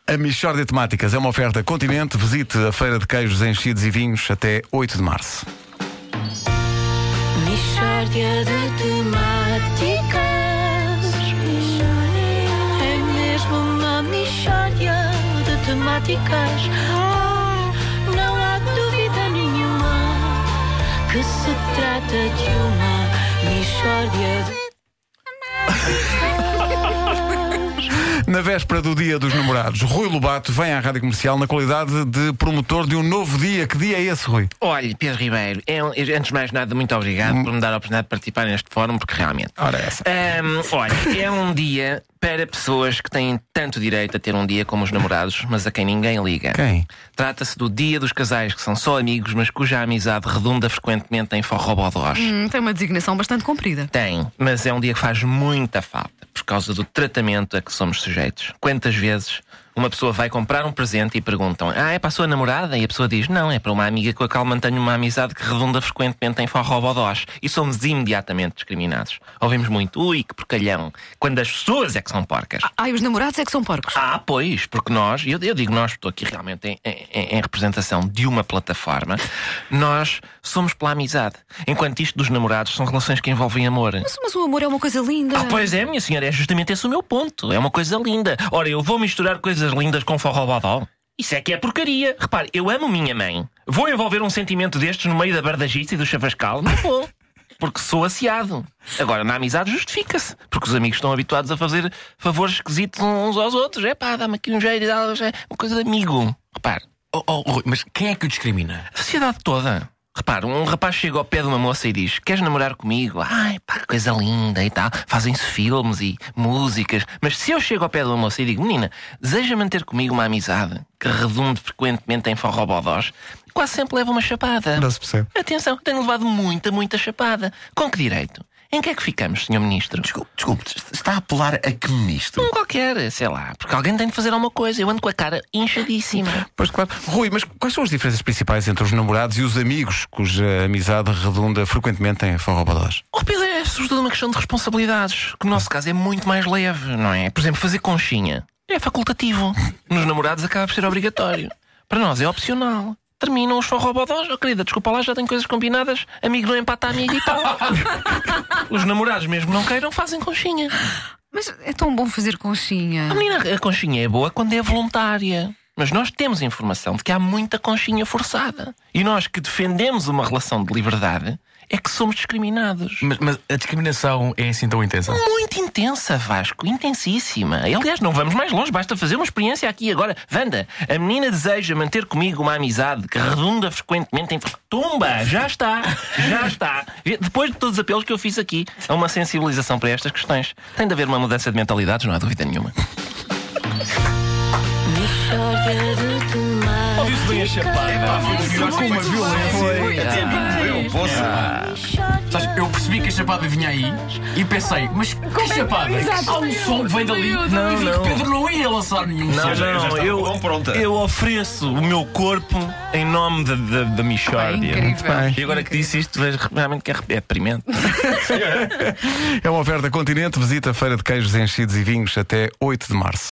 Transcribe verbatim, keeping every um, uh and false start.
A Mixórdia de Temáticas é uma oferta Continente. Visite a Feira de Queijos, Enchidos e Vinhos até oito de março. Mixórdia de Temáticas. É mesmo uma mixórdia de temáticas. Oh, não há dúvida nenhuma que se trata de uma mixórdia de... Na véspera do Dia dos Namorados, Rui Lobato vem à Rádio Comercial na qualidade de promotor de um novo dia. Que dia é esse, Rui? Olha, Pedro Ribeiro, é um, antes de mais nada, muito obrigado hum. por me dar a oportunidade de participar neste fórum, porque realmente... Ora, essa. Um, olha, é um dia para pessoas que têm tanto direito a ter um dia como os namorados, mas a quem ninguém liga. Quem? Trata-se do dia dos casais que são só amigos, mas cuja amizade redunda frequentemente em forrobodós. Hum, tem uma designação bastante comprida. Tem, mas é um dia que faz muita falta por causa do tratamento a que somos sujeitos. Quantas vezes uma pessoa vai comprar um presente e perguntam: ah, é para a sua namorada? E a pessoa diz: não, é para uma amiga com a qual mantenho uma amizade que redunda frequentemente em forrobodós. E somos imediatamente discriminados. Ouvimos muito: ui, que porcalhão, quando as pessoas é que são porcas. Ah, e os namorados é que são porcos. Ah, pois, porque nós, eu, eu digo nós, estou aqui realmente em, em, em representação de uma plataforma, nós somos pela amizade. Enquanto isto dos namorados são relações que envolvem amor. Mas, mas o amor é uma coisa linda. Ah, pois é, minha senhora, é justamente esse o meu ponto. É uma coisa linda. Ora, eu vou misturar coisas lindas com forrobodó? Isso é que é porcaria. Repare, eu amo minha mãe. Vou envolver um sentimento destes no meio da bardagice e do chavascal? Não vou. Porque sou aciado. Agora, na amizade justifica-se. Porque os amigos estão habituados a fazer favores esquisitos uns aos outros. É pá, dá-me aqui um jeito e dá uma coisa de amigo. Repare. Oh, oh, Rui, mas quem é que o discrimina? A sociedade toda. Repare, um rapaz chega ao pé de uma moça e diz: queres namorar comigo? Ai, pá, que coisa linda e tal. Fazem-se filmes e músicas. Mas se eu chego ao pé de uma moça e digo: menina, deseja manter comigo uma amizade que redunde frequentemente em forrobodós, quase sempre leva uma chapada. Não se percebe. Atenção, tenho levado muita, muita chapada. Com que direito? Em que é que ficamos, senhor Ministro? Desculpe, desculpe, está a apelar a que ministro? Um qualquer, sei lá, porque alguém tem de fazer alguma coisa. Eu ando com a cara inchadíssima. Pois claro. Rui, mas quais são as diferenças principais entre os namorados e os amigos cuja amizade redunda frequentemente em forrobodós? Oh, Pedro, é sobretudo uma questão de responsabilidades, que no nosso caso é muito mais leve, não é? Por exemplo, fazer conchinha é facultativo. Nos namorados acaba por ser obrigatório. Para nós é opcional. Terminam os forrobodós. Oh, querida, desculpa lá, já tenho coisas combinadas. Amigo não empata amigo e tal. Os namorados, mesmo não queiram, fazem conchinha. Mas é tão bom fazer conchinha. A menina, a conchinha é boa quando é voluntária. Mas nós temos informação de que há muita conchinha forçada. E nós que defendemos uma relação de liberdade é que somos discriminados. Mas, mas a discriminação é assim tão intensa? Muito intensa, Vasco. Intensíssima. E, aliás, não vamos mais longe. Basta fazer uma experiência aqui agora. Wanda, a menina deseja manter comigo uma amizade que redunda frequentemente em... Tumba! Já está! Já está! Depois de todos os apelos que eu fiz aqui, há uma sensibilização para estas questões. Tem de haver uma mudança de mentalidades, não há dúvida nenhuma. Mixórdia de Temáticas. Ouviu-se bem a chapada? Foi com uma violência. Eu posso. Sabes, eu percebi que a chapada vinha aí e pensei: mas que chapada? Há um som que vem dali. Não, e vi não. que Pedro não ia lançar nenhum som. Não, não, eu, eu ofereço o meu corpo em nome da, da, da Mixórdia. É incrível. E agora que disse isto, vejo realmente que é é deprimente. É uma oferta Continente. Visita a Feira de Queijos, Enchidos e Vinhos até oito de março.